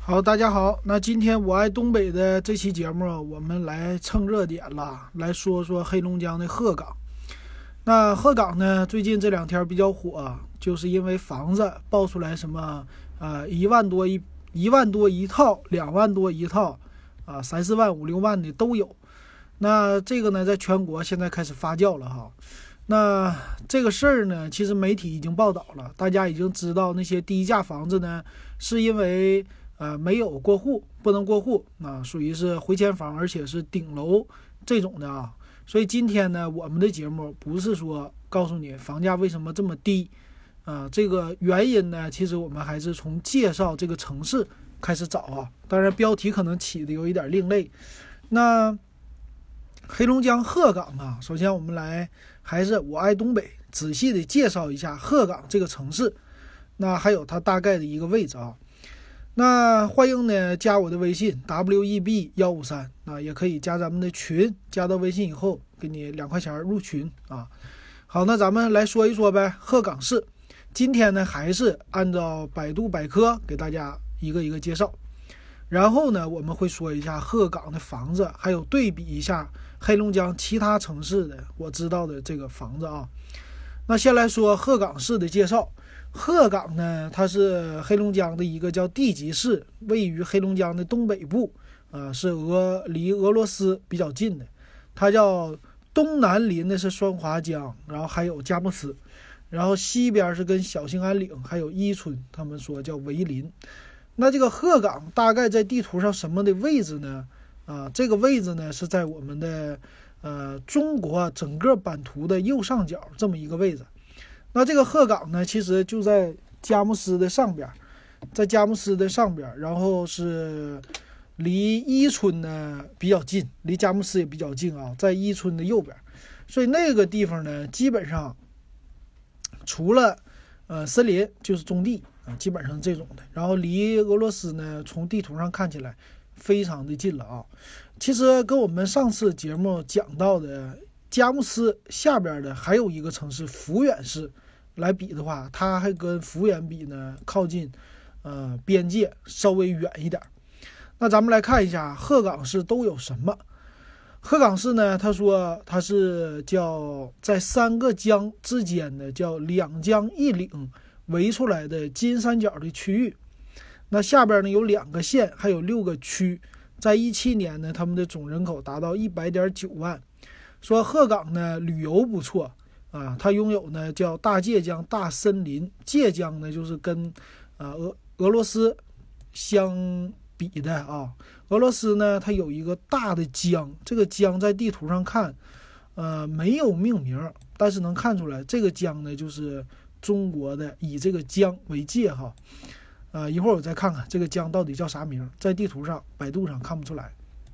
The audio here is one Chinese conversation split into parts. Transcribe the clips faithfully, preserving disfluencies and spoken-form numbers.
好，大家好。那今天我爱东北的这期节目，我们来蹭热点了，来说说黑龙江的鹤岗。那鹤岗呢，最近这两天比较火，就是因为房子爆出来什么呃一万多一一万多一套，两万多一套，啊、呃、三四万五六万的都有。那这个呢，在全国现在开始发酵了哈。那这个事儿呢，其实媒体已经报道了，大家已经知道那些低价房子呢，是因为呃没有过户，不能过户，啊，属于是回迁房，而且是顶楼这种的啊。所以今天呢，我们的节目不是说告诉你房价为什么这么低，啊，这个原因呢，其实我们还是从介绍这个城市开始找啊。当然标题可能起的有一点另类。那黑龙江鹤岗啊，首先我们来还是我爱东北，仔细的介绍一下鹤岗这个城市，那还有它大概的一个位置啊。那欢迎呢加我的微信 W E B 一五三，啊，也可以加咱们的群，加到微信以后给你两块钱入群啊。好，那咱们来说一说呗，鹤岗市。今天呢还是按照百度百科给大家一个一个介绍，然后呢我们会说一下鹤岗的房子，还有对比一下黑龙江其他城市的我知道的这个房子啊。那先来说鹤岗市的介绍。鹤岗呢，它是黑龙江的一个叫地级市，位于黑龙江的东北部，呃，是俄离俄罗斯比较近的。它叫东南临的是双华江，然后还有佳木斯，然后西边是跟小兴安岭还有伊春，他们说叫围邻。那这个鹤岗大概在地图上什么的位置呢？啊，这个位置呢是在我们的呃中国整个版图的右上角这么一个位置。那这个鹤岗呢，其实就在佳木斯的上边，在佳木斯的上边，然后是离伊春呢比较近，离佳木斯也比较近啊，在伊春的右边。所以那个地方呢，基本上除了呃森林就是棕地啊，基本上这种的。然后离俄罗斯呢，从地图上看起来非常的近了啊。其实跟我们上次节目讲到的佳木斯下边的还有一个城市抚远市来比的话，它还跟抚远比呢靠近呃边界稍微远一点。那咱们来看一下鹤岗市都有什么。鹤岗市呢，他说它是叫在三个江之间的叫两江一岭围出来的金三角的区域。那下边呢有两个县，还有六个区，在一七年呢，他们的总人口达到一百点九万。说鹤岗呢旅游不错啊，它拥有呢叫大界江大森林，界江呢就是跟啊俄俄罗斯相比的啊。俄罗斯呢它有一个大的江，这个江在地图上看呃没有命名，但是能看出来这个江呢就是中国的，以这个江为界哈。呃一会儿我再看看这个江到底叫啥名，在地图上百度上看不出来。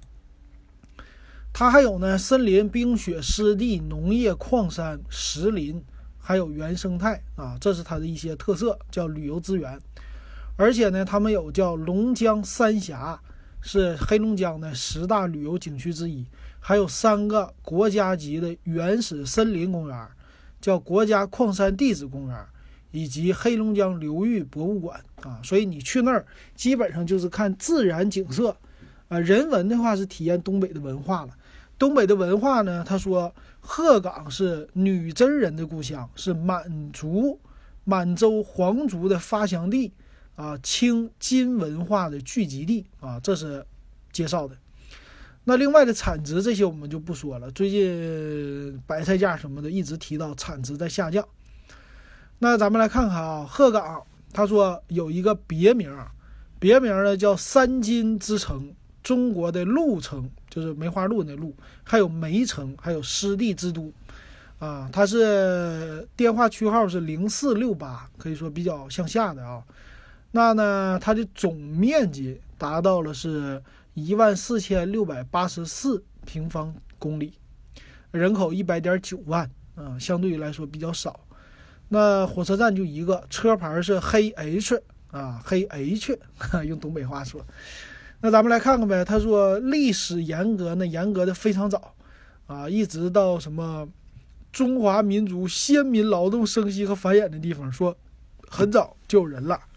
它还有呢森林、冰雪、湿地、农业、矿山、石林，还有原生态啊，这是它的一些特色，叫旅游资源。而且呢他们有叫龙江三峡，是黑龙江的十大旅游景区之一，还有三个国家级的原始森林公园，叫国家矿山地质公园，以及黑龙江流域博物馆啊。所以你去那儿基本上就是看自然景色啊，人文的话是体验东北的文化了。东北的文化呢，他说鹤岗是女真人的故乡，是满族满洲皇族的发祥地啊，清金文化的聚集地啊，这是介绍的。那另外的产值这些我们就不说了，最近白菜价什么的一直提到产值在下降。那咱们来看看啊，鹤岗他说有一个别名，别名呢叫三金之城，中国的鹿城，就是梅花鹿那鹿，还有梅城，还有湿地之都啊。它是电话区号是零四六八，可以说比较向下的啊。那呢它的总面积达到了是一万四千六百八十四平方公里，人口一百点九万啊，相对于来说比较少。那火车站就一个，车牌是黑 H 啊，黑 H 用东北话说。那咱们来看看呗，他说历史严格呢，严格的非常早啊，一直到什么中华民族先民劳动生息和繁衍的地方，说很早就有人了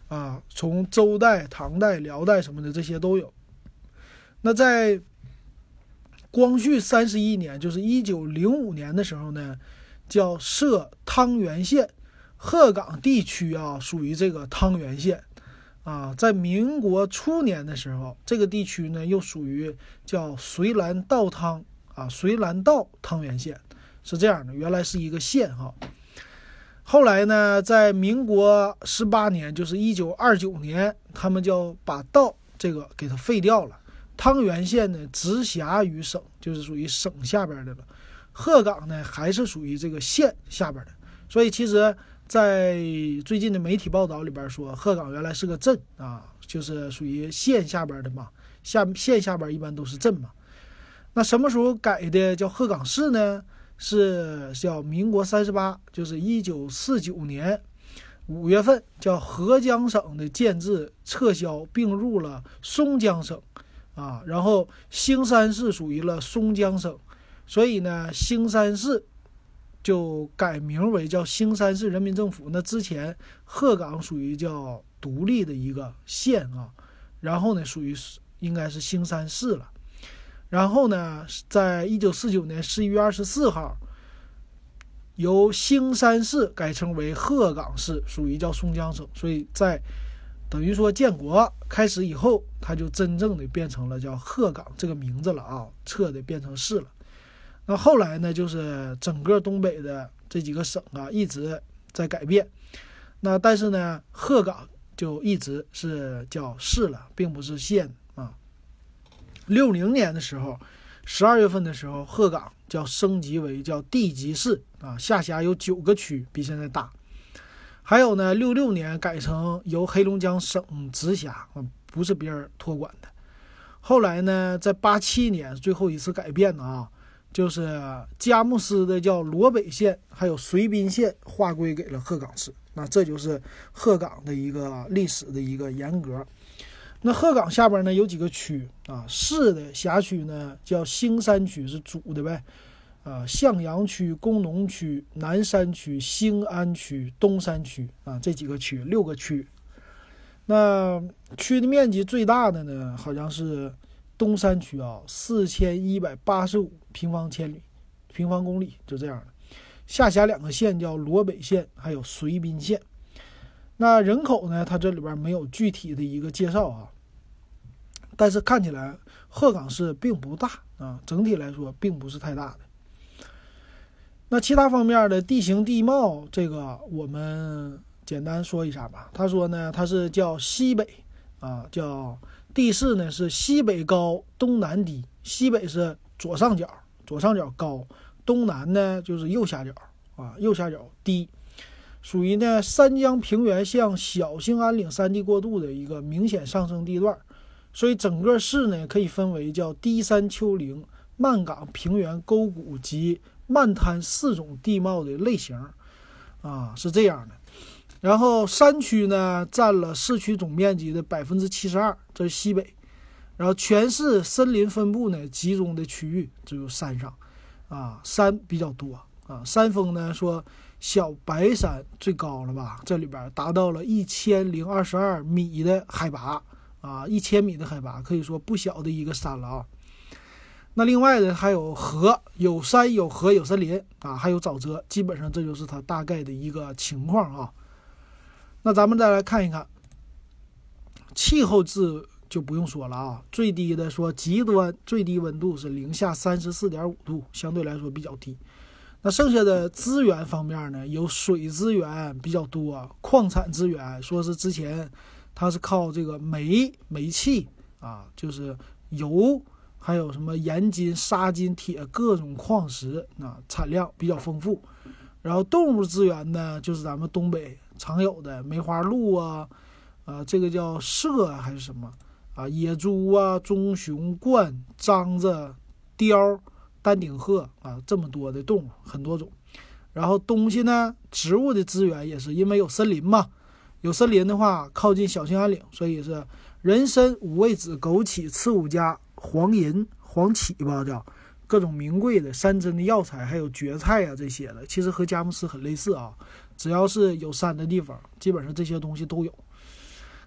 啊，从周代、唐代、辽代什么的这些都有。那在光绪三十一年，就是一九零五年的时候呢，叫设汤原县，鹤岗地区啊属于这个汤原县啊。在民国初年的时候，这个地区呢又属于叫绥兰道汤啊，绥兰道汤原县，是这样的，原来是一个县哈。后来呢，在民国十八年，就是一九二九年，他们就把道这个给它废掉了。汤原县呢直辖于省，就是属于省下边的了。鹤岗呢还是属于这个县下边的。所以其实在最近的媒体报道里边说，鹤岗原来是个镇啊，就是属于县下边的嘛，下县下边一般都是镇嘛。那什么时候改的叫鹤岗市呢？是叫民国三十八，就是一九四九年五月份，叫合江省的建制撤销，并入了松江省啊。然后兴山市属于了松江省，所以呢，兴山市就改名为叫兴山市人民政府。那之前鹤岗属于叫独立的一个县啊，然后呢，属于应该是兴山市了。然后呢，在一九四九年十一月二十四号，由兴山市改称为鹤岗市，属于叫松江省。所以在等于说建国开始以后，它就真正的变成了叫鹤岗这个名字了啊，彻底变成市了。那后来呢，就是整个东北的这几个省啊一直在改变。那但是呢，鹤岗就一直是叫市了，并不是县啊。六零年的时候，十二月份的时候，鹤岗叫升级为叫地级市啊，下辖有九个区，比现在大。还有呢，六六年改成由黑龙江省直辖啊，不是别人托管的。后来呢，在八七年最后一次改变的啊，就是佳木斯的叫罗北县，还有绥滨县划归给了鹤岗市。那这就是鹤岗的一个历史的一个沿革。那鹤岗下边呢有几个区啊，市的辖区呢叫兴山区，是主的呗，啊，向阳区、工农区、南山区、兴安区、东山区啊，这几个区，六个区。那区的面积最大的呢，好像是东山区啊，四千一百八十五平方千里，平方公里，就这样的。下辖两个县叫罗北县，还有绥滨县。那人口呢，它这里边没有具体的一个介绍啊，但是看起来鹤岗市并不大啊，整体来说并不是太大的。那其他方面的地形地貌，这个我们简单说一下吧。他说呢，它是叫西北啊，叫地势呢是西北高，东南低。西北是左上角，左上角高；东南呢就是右下角啊，右下角低。属于呢三江平原向小兴安岭山地过渡的一个明显上升地段，所以整个市呢可以分为叫低山丘陵、慢岗平原沟谷及漫滩四种地貌的类型啊，是这样的。然后山区呢占了市区总面积的 百分之七十二， 这是西北。然后全市森林分布呢集中的区域只有山上啊，山比较多啊。山峰呢说小白山最高了吧，这里边达到了一千零二十二米的海拔啊，一千米的海拔，可以说不小的一个山了啊。那另外呢还有河，有山有河有森林啊，还有沼泽，基本上这就是它大概的一个情况啊。那咱们再来看一看气候字，就不用说了啊，最低的说极端最低温度是零下三十四点五度，相对来说比较低。那剩下的资源方面呢，有水资源比较多，矿产资源说是之前它是靠这个煤煤气啊，就是油，还有什么盐金、砂金、铁各种矿石啊，产量比较丰富。然后动物资源呢，就是咱们东北常有的梅花鹿啊，啊这个叫麝还是什么啊，野猪啊、棕熊、鹳、獐子、雕、丹顶鹤啊，这么多的动物，很多种。然后东西呢，植物的资源也是因为有森林嘛，有森林的话靠近小兴安岭，所以是人参、五味子、枸杞、刺五加、黄银、黄芪吧，叫各种名贵的山珍的药材，还有蕨菜啊这些的，其实和佳木斯很类似啊，只要是有山的地方，基本上这些东西都有。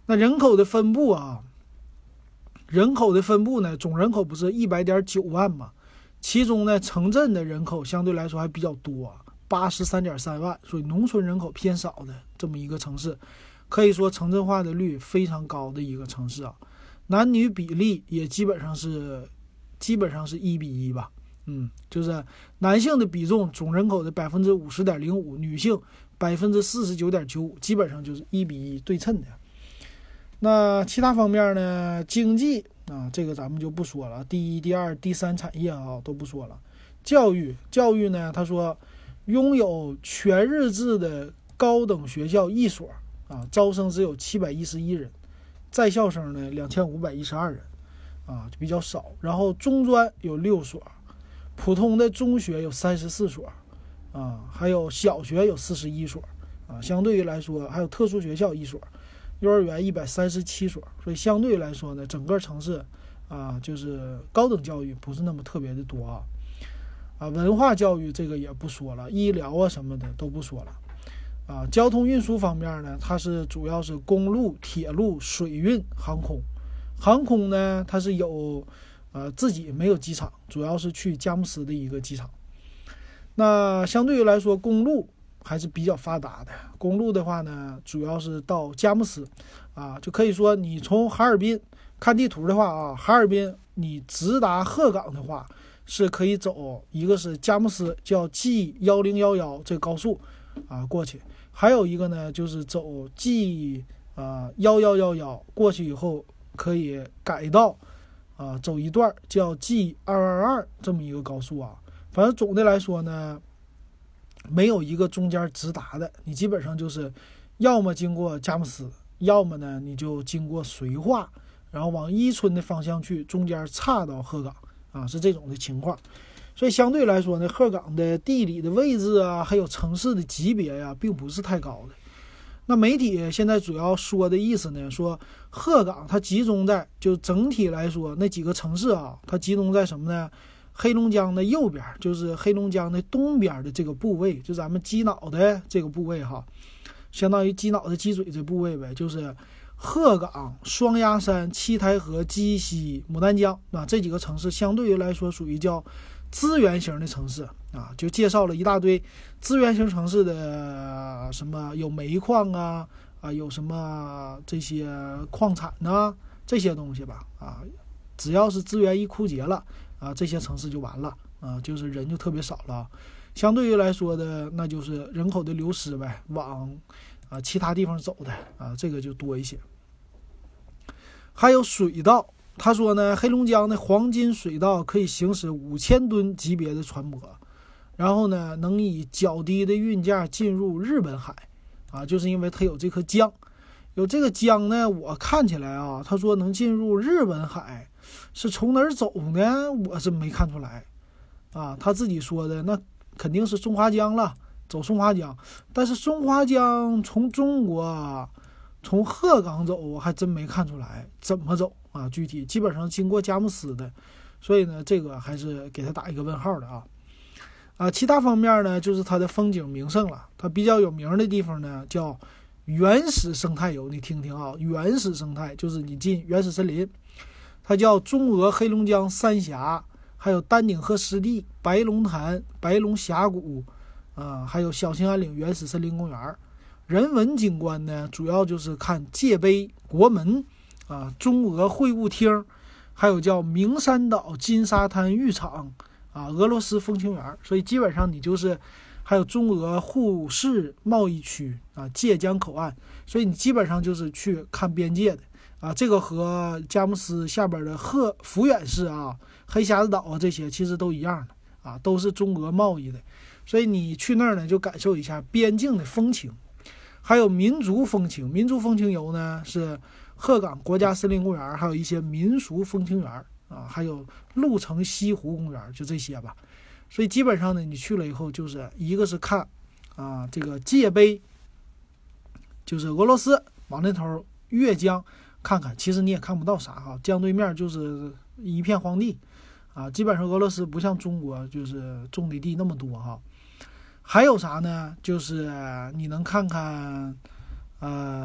那人口的分布啊，人口的分布呢，总人口不是一百点九万嘛？其中呢，城镇的人口相对来说还比较多，八十三点三万，所以农村人口偏少的这么一个城市，可以说城镇化的率非常高的一个城市啊。男女比例也基本上是基本上是一比一吧，嗯，就是男性的比重总人口的百分之五十点零五，女性百分之四十九点九五，基本上就是一比一对称的。那其他方面呢？经济啊，这个咱们就不说了，第一、第二、第三产业啊都不说了。教育，教育呢，他说拥有全日制的高等学校一所啊，招生只有七百一十一人，在校生呢两千五百一十二人啊，就比较少。然后中专有六所，普通的中学有三十四所啊，还有小学有四十一所啊，相对于来说还有特殊学校一所。幼儿园一百三十七所，所以相对来说呢，整个城市啊，就是高等教育不是那么特别的多啊。啊，文化教育这个也不说了，医疗啊什么的都不说了。啊，交通运输方面呢，它是主要是公路、铁路、水运、航空。航空呢，它是有呃自己没有机场，主要是去佳木斯的一个机场。那相对于来说，公路还是比较发达的。公路的话呢，主要是到佳木斯啊，就可以说你从哈尔滨看地图的话啊，哈尔滨你直达鹤岗的话是可以走，一个是佳木斯叫 G 一零一一这个高速啊过去，还有一个呢就是走 G 啊一一一一过去以后可以改道啊走一段叫 G 二二二这么一个高速啊。反正总的来说呢，没有一个中间直达的，你基本上就是要么经过佳木斯，要么呢你就经过绥化，然后往伊春的方向去，中间岔到鹤岗啊，是这种的情况。所以相对来说呢，鹤岗的地理的位置啊，还有城市的级别呀、啊，并不是太高的。那媒体现在主要说的意思呢，说鹤岗它集中在，就整体来说那几个城市啊，它集中在什么呢？黑龙江的右边，就是黑龙江的东边的这个部位，就咱们鸡脑的这个部位哈，相当于鸡脑的鸡嘴这部位呗，就是鹤岗、双鸭山、七台河、鸡西、牡丹江啊，这几个城市相对于来说属于叫资源型的城市啊，就介绍了一大堆资源型城市的什么有煤矿啊啊，有什么这些矿产啊这些东西吧啊，只要是资源一枯竭了啊，这些城市就完了啊，就是人就特别少了。相对于来说的，那就是人口的流失呗，往啊其他地方走的啊，这个就多一些。还有水道，他说呢，黑龙江的黄金水道可以行驶五千吨级别的船舶，然后呢，能以较低的运价进入日本海啊，就是因为它有这颗江，有这个江呢，我看起来啊，他说能进入日本海。是从哪儿走呢？我是没看出来啊，他自己说的那肯定是松花江了，走松花江。但是松花江从中国从鹤岗走，我还真没看出来怎么走啊，具体基本上经过佳木斯的，所以呢，这个还是给他打一个问号的啊。啊，其他方面呢，就是它的风景名胜了。它比较有名的地方呢，叫原始生态游，你听听啊，原始生态就是你进原始森林。它叫中俄黑龙江三峡，还有丹顶鹤湿地、白龙潭、白龙峡谷，啊，还有小兴安岭原始森林公园。人文景观呢，主要就是看界碑、国门，啊，中俄会务厅，还有叫名山岛金沙滩浴场，啊，俄罗斯风情园。所以基本上你就是还有中俄互市贸易区啊，界江口岸，所以你基本上就是去看边界的。啊，这个和佳木斯下边的鹤抚远市啊、黑匣子岛啊这些其实都一样的啊，都是中俄贸易的，所以你去那儿呢就感受一下边境的风情，还有民族风情。民族风情游呢是鹤岗国家森林公园，还有一些民俗风情园啊，还有鹿城西湖公园，就这些吧。所以基本上呢，你去了以后就是一个是看啊这个界碑，就是俄罗斯往那头越江。看看，其实你也看不到啥哈，江对面就是一片荒地啊，基本上俄罗斯不像中国就是种的地那么多哈。还有啥呢？就是你能看看呃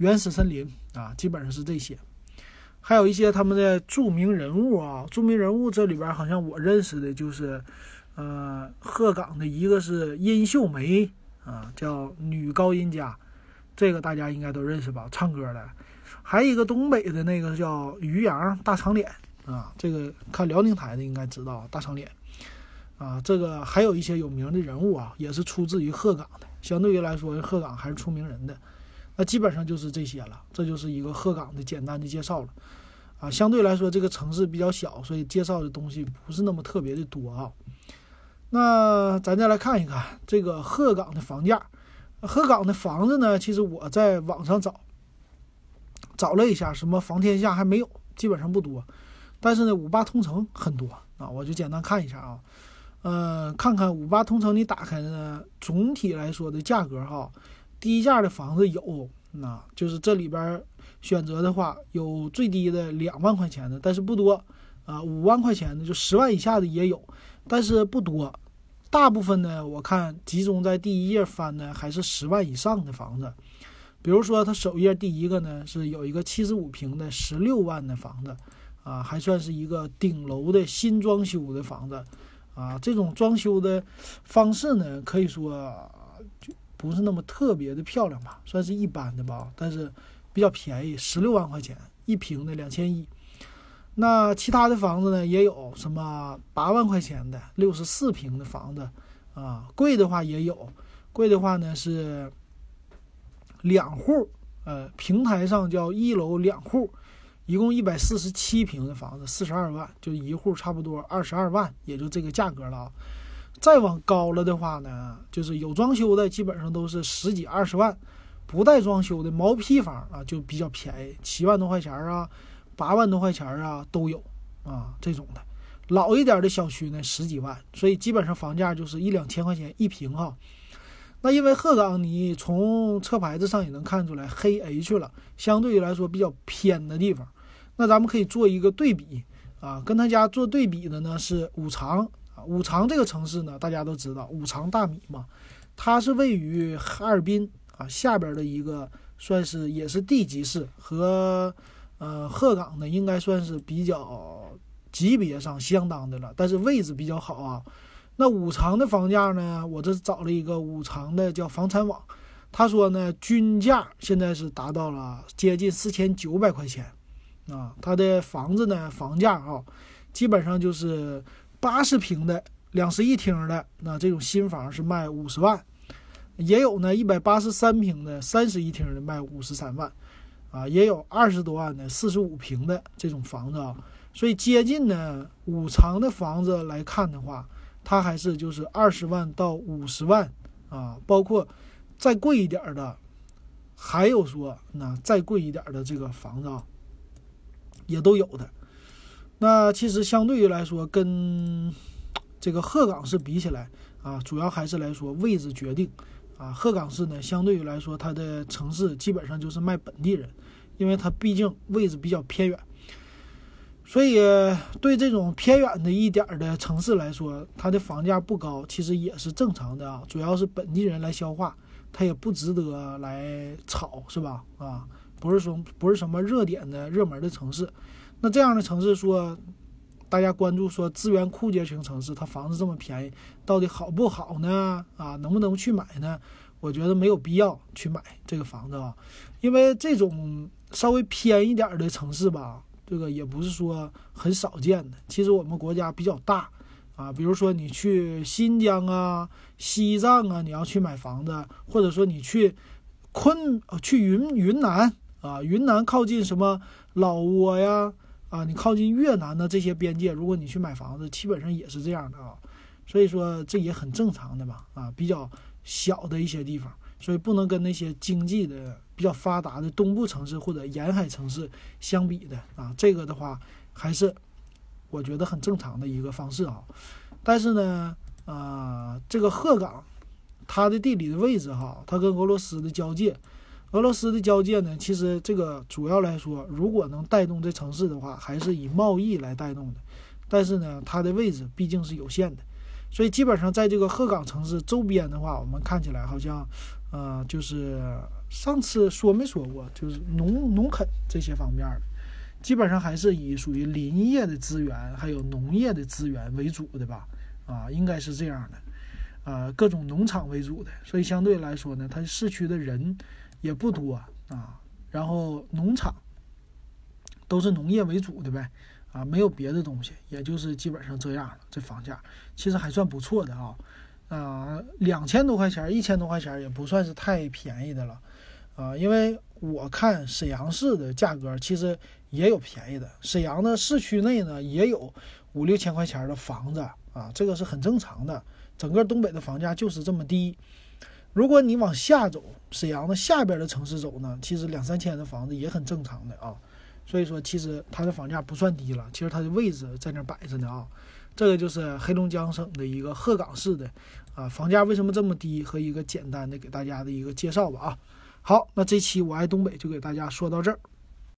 原始森林啊，基本上是这些。还有一些他们的著名人物啊，著名人物这里边好像我认识的就是，呃，鹤岗的一个是殷秀梅啊，叫女高音家，这个大家应该都认识吧，唱歌的。还有一个东北的那个叫于洋大长脸啊，这个看辽宁台的应该知道大长脸啊。这个还有一些有名的人物啊，也是出自于鹤岗的，相对于来说鹤岗还是出名人的。那基本上就是这些了，这就是一个鹤岗的简单的介绍了啊。相对来说这个城市比较小，所以介绍的东西不是那么特别的多啊。那咱再来看一看这个鹤岗的房价。鹤岗的房子呢，其实我在网上找找了一下，什么房天下还没有，基本上不多，但是呢五八同城很多啊，我就简单看一下啊。呃，看看五八同城你打开呢，总体来说的价格哈，低价的房子有，那就是这里边选择的话，有最低的两万块钱的，但是不多啊，五万块钱的就十万以下的也有，但是不多。大部分呢，我看集中在第一页翻呢，还是十万以上的房子。比如说，它首页第一个呢是有一个七十五平的十六万的房子，啊，还算是一个顶楼的新装修的房子，啊，这种装修的方式呢，可以说就不是那么特别的漂亮吧，算是一般的吧，但是比较便宜，十六万块钱一平的两千一。那其他的房子呢，也有什么八万块钱的六十四平的房子，啊，贵的话也有，贵的话呢是两户，呃，平台上叫一楼两户，一共一百四十七平的房子，四十二万，就一户差不多二十二万，也就这个价格了啊。再往高了的话呢，就是有装修的，基本上都是十几二十万，不带装修的毛坯房啊，就比较便宜，七万多块钱啊，八万多块钱啊都有啊，这种的。老一点的小区呢，十几万，所以基本上房价就是一两千块钱一平哈。那因为鹤岗你从车牌子上也能看出来黑 H 了，相对于来说比较偏的地方。那咱们可以做一个对比啊，跟他家做对比的呢是五常啊。五常这个城市呢，大家都知道五常大米嘛，它是位于哈尔滨啊下边的一个，算是也是地级市，和呃鹤岗呢应该算是比较级别上相当的了，但是位置比较好啊。那五常的房价呢，我这找了一个五常的叫房产网，他说呢均价现在是达到了接近四千九百块钱啊。他的房子呢房价啊，基本上就是八十平的两室一厅的，那这种新房是卖五十万，也有呢一百八十三平的三室一厅的卖五十三万啊，也有二十多万的四十五平的这种房子啊。所以接近呢五常的房子来看的话，它还是就是二十万到五十万啊，包括再贵一点的，还有说那再贵一点的这个房子啊，也都有的。那其实相对于来说，跟这个鹤岗市比起来啊，主要还是来说位置决定啊。鹤岗市呢，相对于来说，它的城市基本上就是卖本地人，因为它毕竟位置比较偏远。所以对这种偏远的一点的城市来说，它的房价不高，其实也是正常的啊。主要是本地人来消化，它也不值得来炒，是吧？啊，不是说不是什么热点的热门的城市。那这样的城市说，大家关注说资源枯竭型城市，它房子这么便宜，到底好不好呢？啊，能不能去买呢？我觉得没有必要去买这个房子啊，因为这种稍微偏一点的城市吧。这个也不是说很少见的，其实我们国家比较大啊，比如说你去新疆啊、西藏啊，你要去买房子，或者说你去昆去云云南啊，云南靠近什么老挝呀啊，你靠近越南的这些边界，如果你去买房子，基本上也是这样的啊，所以说这也很正常的嘛啊，比较小的一些地方。所以不能跟那些经济的比较发达的东部城市或者沿海城市相比的啊，这个的话还是我觉得很正常的一个方式啊。但是呢，啊、呃，这个鹤岗它的地理的位置哈，它跟俄罗斯的交界，俄罗斯的交界呢，其实这个主要来说，如果能带动这城市的话，还是以贸易来带动的。但是呢，它的位置毕竟是有限的。所以基本上在这个鹤岗城市周边的话，我们看起来好像呃，就是上次说没说过，就是农农垦这些方面的，基本上还是以属于林业的资源还有农业的资源为主的吧，啊，应该是这样的，呃，各种农场为主的，所以相对来说呢，它市区的人也不多啊，然后农场都是农业为主的呗，啊，没有别的东西，也就是基本上这样了。这房价其实还算不错的啊，啊，两千多块钱，一千多块钱也不算是太便宜的了，啊，因为我看沈阳市的价格其实也有便宜的，沈阳的市区内呢也有五六千块钱的房子啊，这个是很正常的。整个东北的房价就是这么低，如果你往下走，沈阳的下边的城市走呢，其实两三千的房子也很正常的啊。所以说，其实它的房价不算低了，其实它的位置在那摆着呢啊。这个就是黑龙江省的一个鹤岗市的啊房价为什么这么低和一个简单的给大家的一个介绍吧啊。好，那这期我爱东北就给大家说到这儿。